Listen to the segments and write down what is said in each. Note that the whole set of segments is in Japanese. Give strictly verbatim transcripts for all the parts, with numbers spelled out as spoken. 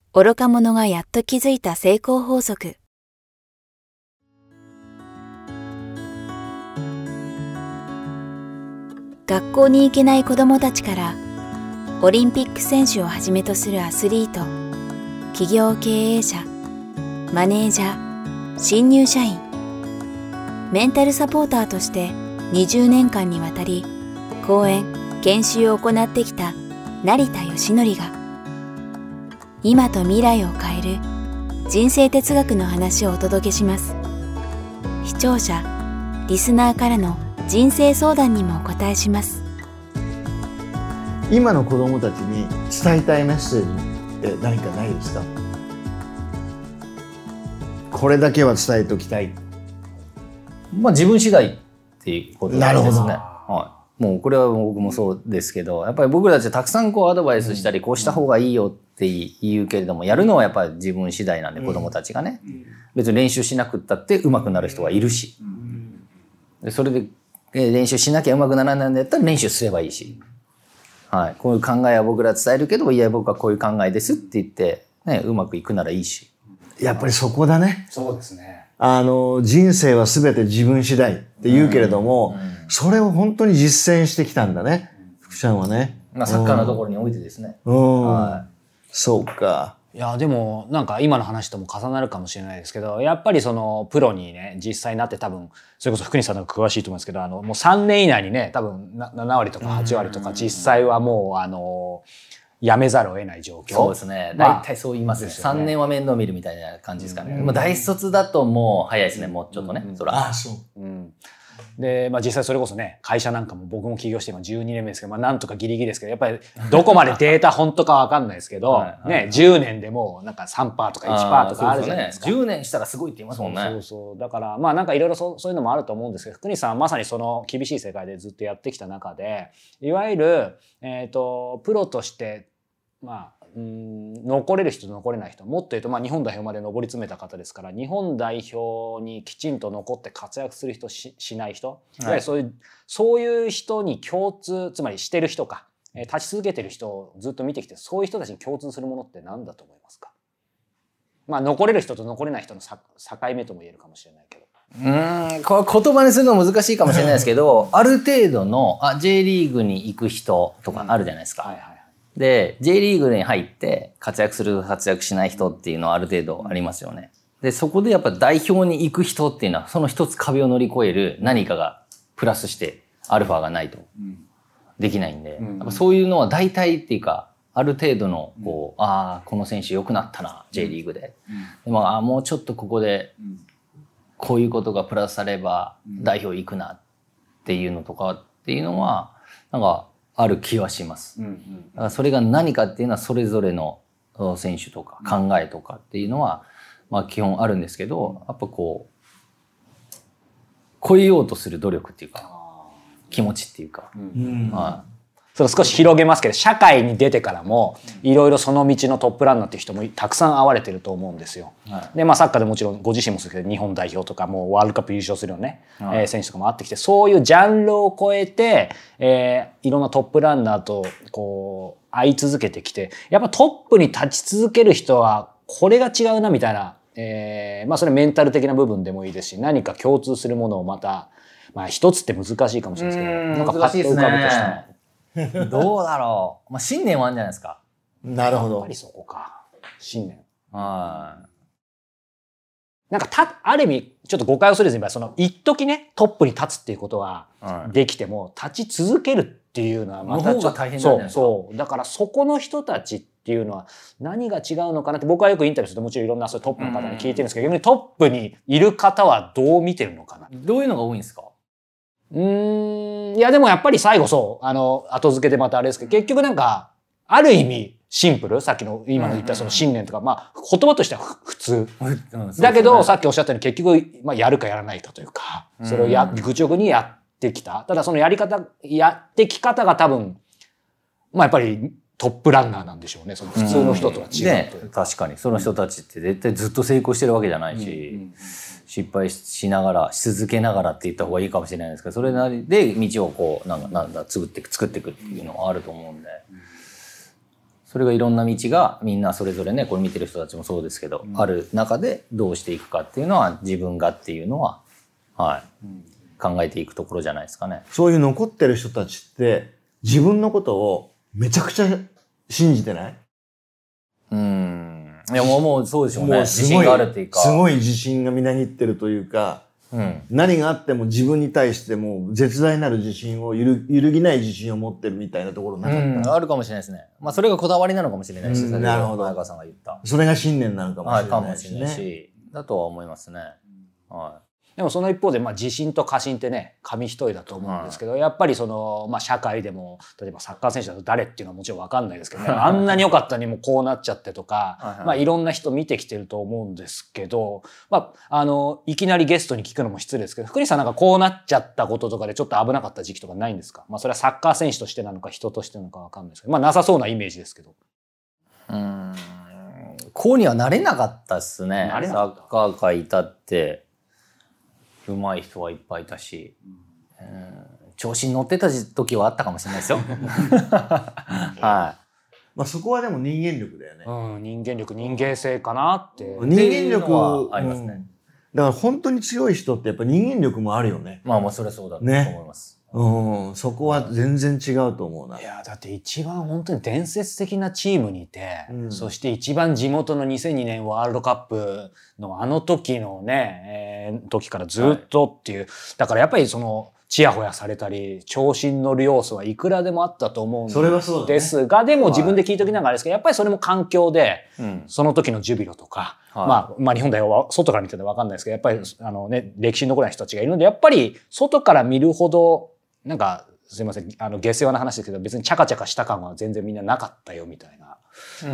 愚か者がやっと気づいた成功法則。学校に行けない子どもたちからオリンピック選手をはじめとするアスリート、企業経営者、マネージャー、新入社員、メンタルサポーターとしてにじゅうねんかんにわたり講演・研修を行ってきた成田義則が今と未来を変える人生哲学の話をお届けします。視聴者、リスナーからの人生相談にもお答えします。 今の子どもたちに伝えたいメッセージって何かないですか？これだけは伝えておきたい。 まあ自分次第っていうことですね。 なるほど。 はい。もうこれは僕もそうですけど、やっぱり僕たちたくさんこうアドバイスしたり、こうした方がいいよって言うけれども、やるのはやっぱり自分次第なんで、子どもたちがね、別に練習しなくったって上手くなる人がいるし、でそれで練習しなきゃ上手くならないんだったら練習すればいいし、はい、こういう考えは僕ら伝えるけど、いや僕はこういう考えですって言って、ね、うまくいくならいいし。 やっぱりそこだね。 そうですね。 あの人生は全て自分次第って言うけれども、うんうん、それを本当に実践してきたんだね、福ちゃんはね。 まあ、サッカーのところにおいてですね。 うん、はい、そうか。 いやでもなんか今の話とも重なるかもしれないですけど、やっぱりそのプロにね実際になって、多分それこそ福西さんの方が詳しいと思うんですけど、あのもうさんねん以内にね多分ななわりとかはちわりとか実際はもうあのやめざるを得ない状況。 そうですね。大体そう言いますね。まあ、さんねんは面倒見るみたいな感じですかね。うん、もう大卒だともう早いですね。もうちょっとね。 うん、 そら。 ああ、そう。 うん。で、まあ実際それこそね、会社なんかも僕も起業して今じゅうにねんめですけど、まあなんとかギリギリですけど、やっぱりどこまでデータ本当かわかんないですけど、はいはい、ね、じゅうねんでもうなんか さんパーセント とか いちパーセント とかあるじゃないですか。 そうそうね、じゅうねんしたらすごいって言いますもんね。 そうそう。だからまあなんかいろいろそういうのもあると思うんですけど、福西さんはまさにその厳しい世界でずっとやってきた中で、いわゆる、えっと、プロとして、まあ、うん残れる人と残れない人、もっと言うと、まあ、日本代表まで上り詰めた方ですから、日本代表にきちんと残って活躍する人 し, しない人、いわゆるそういう、そういう人に共通、つまりしてる人か、えー、立ち続けてる人をずっと見てきて、そういう人たちに共通するものって何だと思いますか？まあ、残れる人と残れない人の境目とも言えるかもしれないけど。 うーん、これ言葉にするのは難しいかもしれないですけど、ある程度のあ J リーグに行く人とかあるじゃないですか。うん、はいはい。で、J リーグに入って活躍する活躍しない人っていうのはある程度ありますよね。で、そこでやっぱ代表に行く人っていうのはその一つ壁を乗り越える何かがプラスしてアルファがないとできないんで、やっぱそういうのは大体っていうか、ある程度のこう、ああ、この選手良くなったな、J リーグで。でも、あもうちょっとここでこういうことがプラスされば代表行くなっていうのとかっていうのは、なんか、ある気はします。だからそれが何かっていうのはそれぞれの選手とか考えとかっていうのはまあ基本あるんですけど、やっぱこう超えようとする努力っていうか気持ちっていうか、うんはい、それ少し広げますけど、社会に出てからもいろいろその道のトップランナーっていう人もたくさん会われてると思うんですよ。はい、でまあサッカーでもちろんご自身もそうですけど、日本代表とかもうワールドカップ優勝するよね、はい、えー、選手とかも会ってきて、そういうジャンルを超えて、えー、いろんなトップランナーとこう会い続けてきて、やっぱトップに立ち続ける人はこれが違うなみたいな、えー、まあそれメンタル的な部分でもいいですし、何か共通するものをまた、まあ一つって難しいかもしれないですけど、なんかパッと浮かぶとしたら。 どうだろう。まあ信念はあるんじゃないですか。 なるほど。 やっぱりそこか。信念。 はい。 なんかた、ある意味、ちょっと誤解をするんですね。その、一時ね、トップに立つっていうことはできても、立ち続けるっていうのはまたちょっと、 の方が大変なんじゃないですか。 そう、そう。だからそこの人たちっていうのは何が違うのかなって、僕はよくインタビューするともちろんいろんなそういうトップの方に聞いてるんですけど、逆にトップにいる方はどう見てるのかな。 どういうのが多いんですか？ うーん、いやでもやっぱり最後そう、あの、後付けでまたあれですけど、結局なんか、ある意味シンプル、さっきの今の言ったその信念とか、まあ言葉としては普通。だけど、さっきおっしゃったように結局、まあやるかやらないかというか、それをや、愚直にやってきた。ただそのやり方、やってき方が多分、まあやっぱりトップランナーなんでしょうね。その普通の人とは違うという、 ね。確かに。その人たちって絶対ずっと成功してるわけじゃないし、うんうん、失敗しながら、し続けながらって言った方がいいかもしれないですけど、それなりで道をこう、なんか、なんだ、作っていく、作っていくっていうのはあると思うんで、 それがいろんな道がみんなそれぞれね、これ見てる人たちもそうですけど、うん、ある中でどうしていくかっていうのは自分がっていうのは、はい、うん、考えていくところじゃないですかね。 そういう残ってる人たちって自分のことをめちゃくちゃ信じてない？ うーん。いやもう、もうそうでしょうね。自信があるっていうか。 すごい自信がみなぎってるというか、うん、何があっても自分に対しても絶大なる自信を揺る、揺るぎない自信を持ってるみたいなところなかった、 うん、あるかもしれないですね。まあそれがこだわりなのかもしれないし、 うん、なるほど。 早川さんが言った。 それが信念なのかもしれないし、ね。はい、かもしれないし、だとは思いますね。はい。 でもその一方で、まあ、自信と過信ってね紙一重だと思うんですけど、やっぱりその、まあ、社会でも例えばサッカー選手だと誰っていうのはもちろん分かんないですけどねあんなに良かったにもこうなっちゃってとかはい、まあ、いろんな人見てきてると思うんですけど、まあ、あのいきなりゲストに聞くのも失礼ですけど、福西さんなんかこうなっちゃったこととかでちょっと危なかった時期とかないんですか？まあ、それはサッカー選手としてなのか人としてなのか分かんないですけど、まあ、なさそうなイメージですけど。 うーんこうにはなれなかったっすね。サッカー界いたって上手い人はいっぱいいたし、うん、調子に乗ってた時はあったかもしれないですよ。はい。 まあそこはでも人間力だよね。 うん、人間力、人間性かなって。 人間力はありますね、うん。 だから本当に強い人ってやっぱ人間力もあるよね。 まあまあそれはそうだと思います。 ねうん、そこは全然違うと思うな。 いやだって一番本当に伝説的なチームにいて、うん、そして一番地元のにせんにねんワールドカップのあの時のね、えー、時からずっとっていう、はい、だからやっぱりそのチヤホヤされたり調子に乗る要素はいくらでもあったと思うんですが、でも自分で聞いときながらですけど、やっぱりそれも環境で、うん、その時のジュビロとか、はい、まあ、まあ日本代表は外から見てて分かんないですけど、やっぱりあのね歴史に残らない人たちがいるので、やっぱり外から見るほどなんかすいませんあの下世話な話ですけど、別にチャカチャカした感は全然みんななかったよみたいな、うんうん、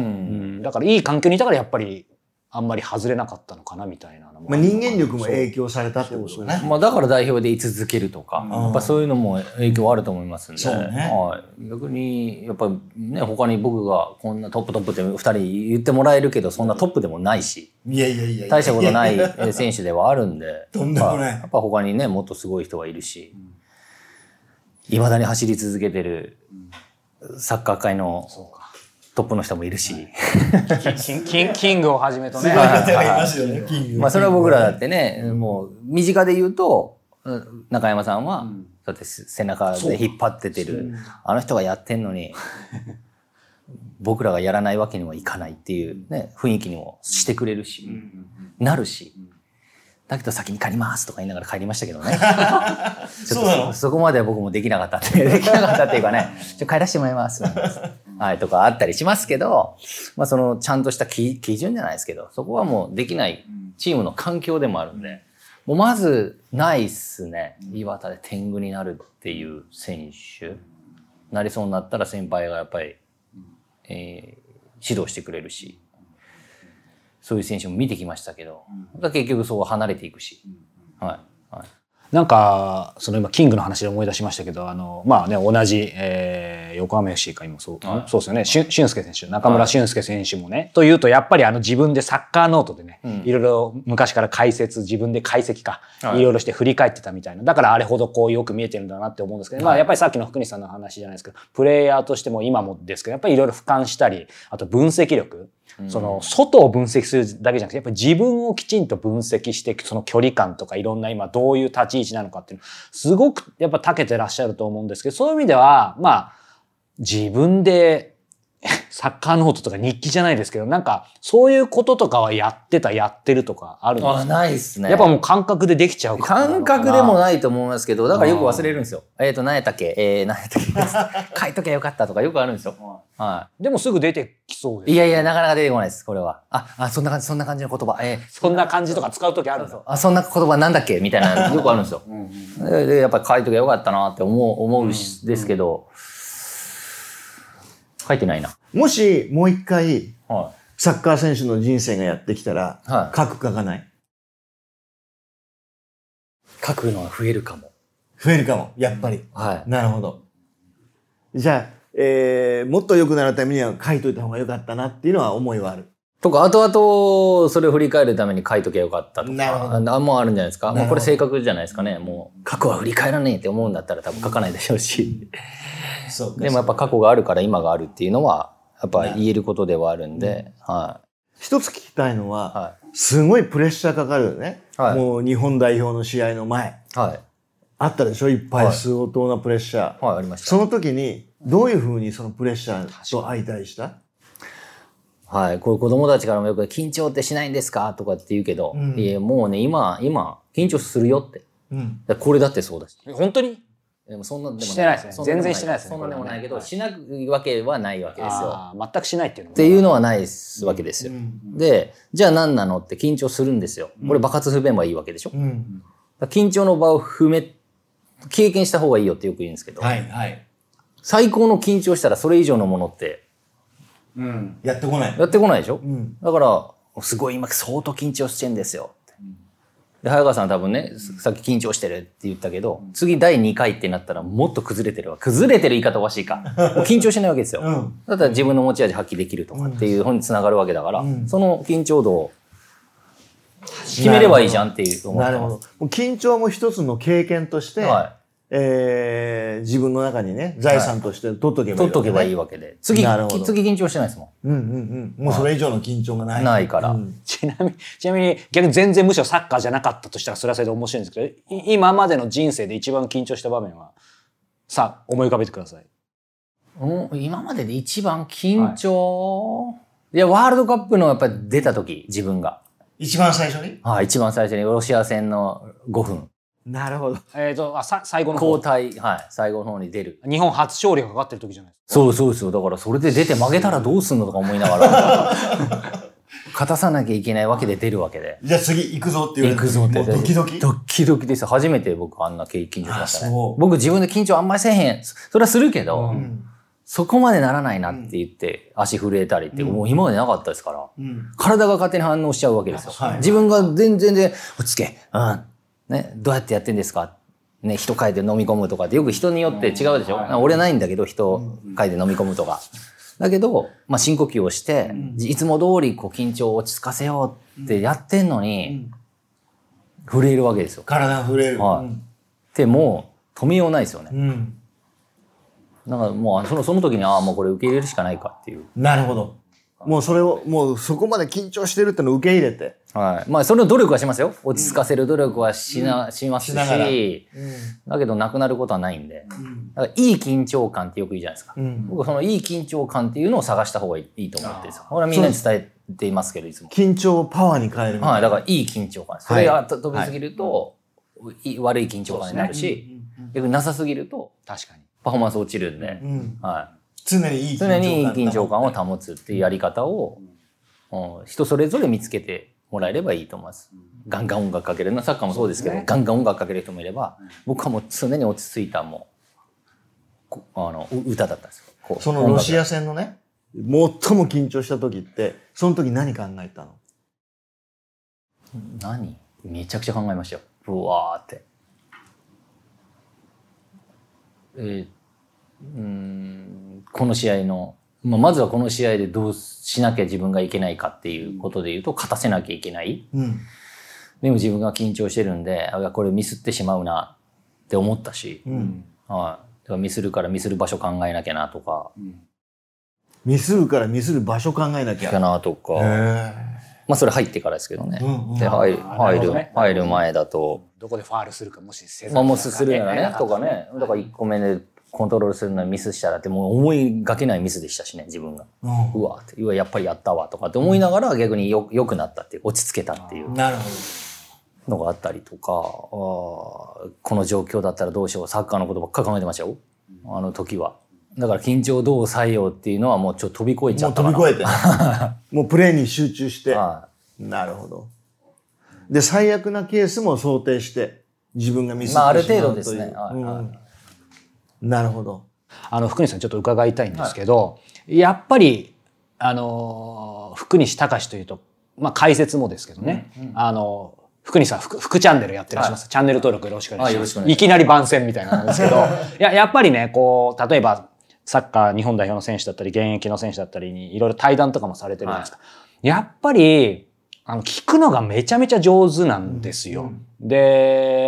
だからいい環境にいたからやっぱりあんまり外れなかったのかなみたいなのも、 まあ、人間力も影響されたってことだね。 まあ、だから代表で居続けるとか、うん、やっぱそういうのも影響あると思いますんで、 そうね、 はい、逆にやっぱりね他に僕がこんなトップトップってふたり言ってもらえるけど、そんなトップでもないし、 いやいやいや大したことない選手ではあるんでとんでもない、 やっぱ他にねもっとすごい人がいるし、いまだに走り続けてるサッカー界のトップの人もいるし、 キン、キングをはじめとね。 まあそれは僕らだってね、もう身近で言うと中山さんはだって背中で引っ張っててるあの人がやってんのに僕らがやらないわけにはいかないっていうね雰囲気にもしてくれるし、なるし。だけど先に帰りますとか言いながら帰りましたけどね。ちょっと そ, そこまでは僕もできなかったってできなかったっていうかね、ちょ帰らせてもらいますはいとかあったりしますけど、まあそのちゃんとした基準じゃないですけど、そこはもうできないチームの環境でもあるんで、もうまずないっすね。岩田で天狗になるっていう選手、なりそうになったら先輩がやっぱり、えー、指導してくれるし。そういう選手も見てきましたけど、うん、結局そう離れていくし、うんはいはい、 なんかその今キングの話で思い出しましたけど、あのまあね同じ、えー、横浜 エフシー か今そう、はい、そうですよね。俊介選手、中村俊輔選手もね、はい、というとやっぱりあの自分でサッカーノートでね、うん、いろいろ昔から解説自分で解析か、はい、いろいろして振り返ってたみたいな、だからあれほどこうよく見えてるんだなって思うんですけど、はい、まあやっぱりさっきの福西さんの話じゃないですけど、プレイヤーとしても今もですけど、やっぱりいろいろ俯瞰したり、あと分析力。その外を分析するだけじゃなくて、やっぱり自分をきちんと分析して、その距離感とかいろんな今どういう立ち位置なのかっていうのすごくやっぱ長けてらっしゃると思うんですけど、そういう意味ではまあ自分でサッカーノートとか日記じゃないですけど、なんかそういうこととかはやってたやってるとかあるんですか？ あ、ないっすね。 やっぱもう感覚でできちゃうから感覚でもないと思いますけど、だからよく忘れるんですよ。えっと何やったっけ、えー、何やったっけ書いときゃよかったとかよくあるんですよ。 はい。でもすぐ出てきそうです、 ね。いやいやなかなか出てこないですこれは。あ、あそんな感じそんな感じの言葉、えー、 そんな感じとか使うときあるんですよ。 あ、そんな言葉なんだっけみたいなよくあるんですよ。うんうん、でやっぱり書いときゃよかったなって思う思うんですけど。うんうん、書いてないな。 もしもう一回、はい、サッカー選手の人生がやってきたら、はい、書く書かない？ 書くのは増えるかも。 増えるかも、やっぱり。 はい。 なるほど。じゃあ、えー、もっと良くなるためには書いといた方が良かったなっていうのは思いはある。 とか、後々それを振り返るために書いときゃよかったとか。 なるほど。 あんまあるんじゃないですか。もうこれ正確じゃないですかね。もう、過去は振り返らねえって思うんだったら多分書かないでしょうし。そうか。でもやっぱ過去があるから今があるっていうのは、 やっぱ言えることではあるんで、うん、はい。 一つ聞きたいのは、はい、すごいプレッシャーかかるよね。はい、もう日本代表の試合の前。はい。あったでしょ、いっぱい相当なプレッシャー。はい、はい、ありました。その時に、どういうふうにそのプレッシャーと相対した？ はい。これ子供たちからもよく緊張ってしないんですかとかって言うけど、うん、いやもうね、今、今、緊張するよって。うん、これだってそうだし。 本当に？ でもそんなでもない。 してないですね。全然してないですね。 そんなでもないけど、しないわけはないわけですよ。 全くしないっていうのっていうのはないわけですよ。うん、で、じゃあ何なのって緊張するんですよ。これ爆発不便はいいわけでしょ。うん、緊張の場を踏め、経験した方がいいよってよく言うんですけど、はいはい、最高の緊張したらそれ以上のものって、 うん、やってこない。 やってこないでしょ。うん、だから、すごい今相当緊張してんですよ。で早川さん多分ね、さっき緊張してるって言ったけど、次だいにかいってなったらもっと崩れてるわ。崩れてる言い方おかしいか。もう緊張してないわけですよ。うん、だったら自分の持ち味発揮できるとかっていう方につながるわけだから、うん、その緊張度を決めればいいじゃんっていう思ってます。なるほど。 もう緊張も一つの経験として、はい、えー、自分の中にね、財産として取っとけばいいわけで、ね、 取っとけばいいわけで。次、次緊張してないですもん。 うんうんうん。もうそれ以上の緊張がない。 ないから。うん、 ちなみに、ちなみに逆に全然むしろサッカーじゃなかったとしたらそれはそれで面白いんですけど、今までの人生で一番緊張した場面は、さあ、思い浮かべてください。 うん、今までで一番緊張、はい、いや、ワールドカップのやっぱり出た時、自分が。 一番最初に？ はい、一番最初にロシア戦のごふん。 なるほど。 えっと、あ、さ、最後の方。 交代、はい、最後の方に出る。 日本初勝利がかかってる時じゃないですか。そうそうですよ。だからそれで出て負けたらどうすんのとか思いながら。勝たさなきゃいけないわけで出るわけで。 じゃあ次行くぞって言われて。 行くぞって。 ドキドキ？ ドキドキです。初めて僕あんな緊張しましたね。僕自分で緊張あんまりせえへん。それはするけど、うん、そこまでならないなって言って、うん、足震えたりって、うん、もう今までなかったですから、うん、体が勝手に反応しちゃうわけですよ。はい、自分が全然で、落ち着け、うん、ね、どうやってやってんですかね、人書いて飲み込むとかってよく人によって違うでしょ、うん、俺ないんだけど人書いて飲み込むとか。だけど、まあ、深呼吸をして、うん、いつも通りこう緊張を落ち着かせようってやってんのに、うん、震えるわけですよ。 体が震える。 はい。うん、でもう止めようないですよね。うん、だからもうその、その時に、ああ、もうこれ受け入れるしかないかっていう。 なるほど。もうそれを、もうそこまで緊張してるってのを受け入れて。 はい。まあ、それの努力はしますよ。落ち着かせる努力はしな、うん、しますし、しながら、うん、だけどなくなることはないんで。うん、だからいい緊張感ってよく言うじゃないですか。うん、僕はそのいい緊張感っていうのを探した方がいいと思ってるんですよ。これはみんなに伝えていますけど、いつも。 緊張をパワーに変えるみたいな。 はい。だからいい緊張感です。それが飛びすぎると、はい、悪い緊張感になるし、逆になさすぎると、 確かに。 パフォーマンス落ちるんで、うん、はい。 常にいい緊張感。 常にいい緊張感を保つっていうやり方を、うん、人それぞれ見つけてもらえればいいと思います。ガンガン音楽かけるの、サッカーもそうですけど、ね、ガンガン音楽かける人もいれば、僕はもう常に落ち着いたもう、あの、歌だったんですよ。 そのロシア戦のね、最も緊張した時って、その時何考えたの？ 何？めちゃくちゃ考えましたよ。うわーって。えー、うーんこの試合の、まあ、まずはこの試合でどうしなきゃ自分がいけないかっていうことで言うと、勝たせなきゃいけない。うん、でも自分が緊張してるんで、あ、これミスってしまうなって思ったし、うん、はい。だからミスるからミスる場所考えなきゃなとか。うん、 ミスるからミスる場所考えなきゃ。 かなとか。まあそれ入ってからですけどね。うんうん、で入る、入る、ね、入る前だと。 どこでファールするかもしせず、 まあもうするならね、とかね。だからいっこめでコントロールするのにミスしたらってもう思いがけないミスでしたしね、自分が。うん、うわって、うわ、やっぱりやったわとかって思いながら逆によ、良くなったっていう、落ち着けたっていう。 なるほど。のがあったりとか、あこの状況だったらどうしよう、サッカーのことばっかり考えてましたよ。あの時は。だから緊張をどう抑えようっていうのはもうちょっと飛び越えちゃったかな。 もう飛び越えて。もうプレーに集中して。はい、なるほど。で、最悪なケースも想定して、自分がミスってしまうという。まあある程度ですね。はいはい、なるほど。 あの、福西さんちょっと伺いたいんですけど、はい、やっぱり、あの、福西隆というと、まあ解説もですけどね、うんうん、あの、福西さん、福、福チャンネルやってらっしゃいます。はい、チャンネル登録よろしくお願いします。いきなり番宣みたいなんですけど、いや、やっぱりね、こう、例えば、サッカー日本代表の選手だったり、現役の選手だったりに、いろいろ対談とかもされてるじゃないですか。はい、やっぱり、あの、聞くのがめちゃめちゃ上手なんですよ。うん、で、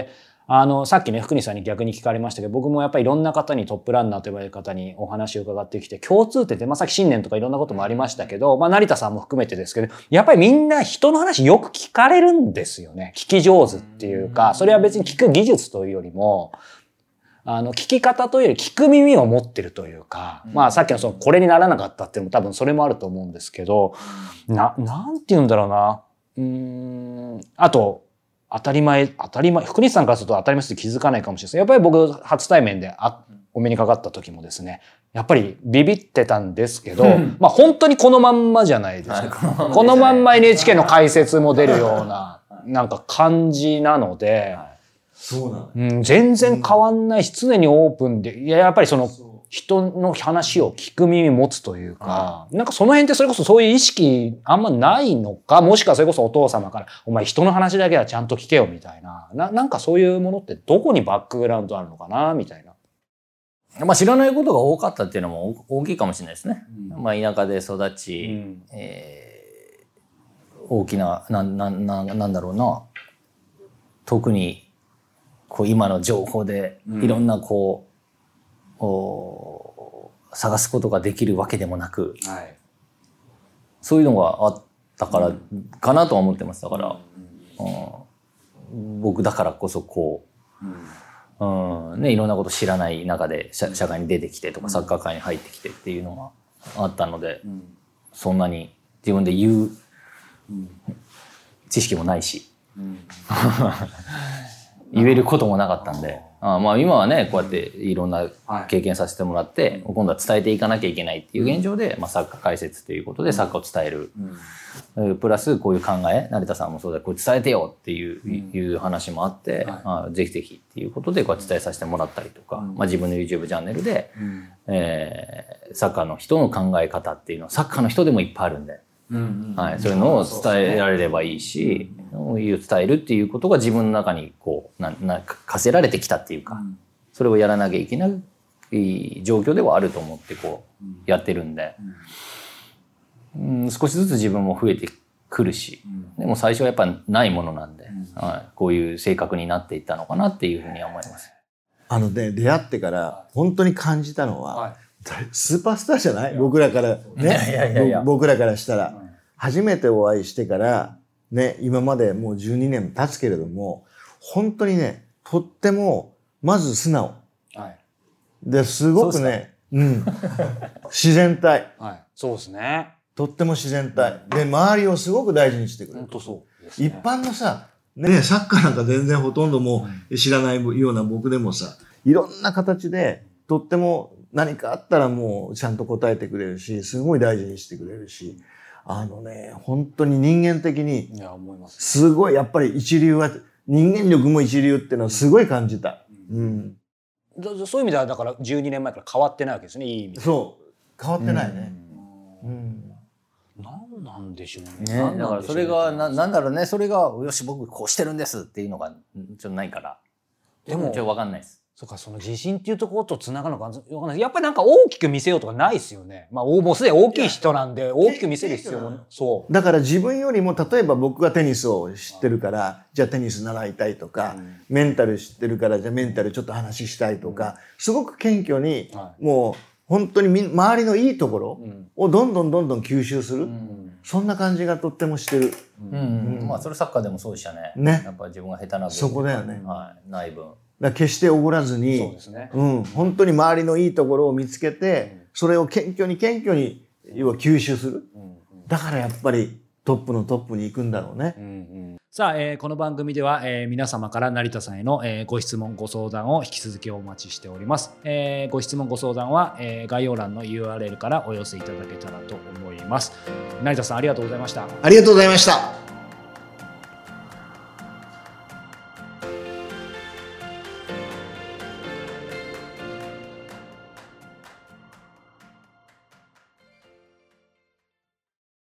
あの、さっきね、福西さんに逆に聞かれましたけど、僕もやっぱりいろんな方にトップランナーと呼ばれる方にお話を伺ってきて、共通点って、まあさっき信念とかいろんなこともありましたけど、まあ成田さんも含めてですけど、やっぱりみんな人の話よく聞かれるんですよね。聞き上手っていうか、それは別に聞く技術というよりも、あの、聞き方というより聞く耳を持ってるというか、まあさっきのその、これにならなかったっていうのも多分それもあると思うんですけど、な、なんて言うんだろうな。うーん、あと、当たり前、当たり前、福西さんからすると当たり前って気づかないかもしれないです。やっぱり僕、初対面であお目にかかった時もですね、やっぱりビビってたんですけど、まあ本当にこのまんまじゃないですか。このまんま エヌエイチケー の解説も出るような、なんか感じなので、 そうなの、 うん、全然変わんないし、常にオープンで、いや、やっぱりその、人の話を聞く耳持つというか、なんかその辺ってそれこそそういう意識あんまないのか、もしくはそれこそお父様から、お前人の話だけはちゃんと聞けよみたいな、な、なんかそういうものってどこにバックグラウンドあるのかな、みたいな。 まあ知らないことが多かったっていうのも大きいかもしれないですね。うん、まあ田舎で育ち、うん、えー、大きな、な、な、な、なんだろうな、特にこう今の情報でいろんなこう、うん、探すことができるわけでもなく、はい、そういうのがあったからかなとは思ってます。だから、うん、僕だからこそこう、うんうんね、いろんなこと知らない中で 社, 社会に出てきてとか、サッカー界に入ってきてっていうのがあったので、うん、そんなに自分で言う知識もないし、うん、言えることもなかったんで、あまあ今はねこうやっていろんな経験させてもらって、はい、今度は伝えていかなきゃいけないっていう現状で、まあ、サッカー解説ということでサッカーを伝える、うん、プラスこういう考え、成田さんもそうだ、これ伝えてよっていう、うん、いう話もあって、はい、あぜひぜひっていうことでこう伝えさせてもらったりとか、うんまあ、自分の YouTube チャンネルで、うんえー、サッカーの人の考え方っていうのはサッカーの人でもいっぱいあるんで、うんはい、そういうのを伝えられればいいし、うん、伝えるっていうことが自分の中にこうなな課せられてきたっていうか、うん、それをやらなきゃいけない状況ではあると思ってこうやってるんで、うんうん、少しずつ自分も増えてくるし、うん、でも最初はやっぱないものなんで、うんはい、こういう性格になっていったのかなっていうふうには思います。 あのね、出会ってから本当に感じたのは、はいスーパースターじゃない？僕らからね。いやいやいや僕らからしたら、うん。初めてお会いしてから、ね、今までもうじゅうにねん経つけれども、本当にね、とっても、まず素直。はい。で、すごくね、うん。自然体。 はい。そうですね。 とっても自然体。で、周りをすごく大事にしてくれる。 本当そうですね。 一般のさ、ね、サッカーなんか全然ほとんどもう知らないような僕でもさ、いろんな形で、とっても、何かあったらもうちゃんと答えてくれるし、すごい大事にしてくれるし、あのね、本当に人間的に、すごいやっぱり一流は、人間力も一流っていうのはすごい感じた。うん。 そういう意味ではだからじゅうにねんまえから変わってないわけですね、いい意味で。 そう。変わってないね。うん。うん、 何なんでしょうね。ねだからそれが、な、なんだろうね、それが、よし、僕こうしてるんですっていうのが、ちょっとないから。でも、ちょっとわかんないです。 そうか、その自信っていうところと繋がるのかわかんない。やっぱりなんか大きく見せようとかないですよね。まあ、もうすでに大きい人なんで、大きく見せる必要も、そう。 だから自分よりも、例えば僕がテニスを知ってるから、じゃあテニス習いたいとか、うん、メンタル知ってるから、じゃあメンタルちょっと話したいとか、うん、すごく謙虚に、はい、もう、本当に周りのいいところをどんどんどんどん吸収する。うん、そんな感じがとってもしてる。 うん。うん、まあ、それサッカーでもそうでしたね。 ね。 やっぱり自分が下手な分。 そこだよね。 はい。ない分。 だ決しておごらずに、そうですね。うん。本当に周りのいいところを見つけて、うん、それを謙虚に謙虚に、要は吸収する。うんうん、だからやっぱりトップのトップに行くんだろうね。うんうん、さあ、えー、この番組では、えー、皆様から成田さんへの、えー、ご質問、ご相談を引き続きお待ちしております。えー、ご質問、ご相談は、えー、概要欄の ユーアールエル からお寄せいただけたらと思います。成田さん、ありがとうございました。 ありがとうございました。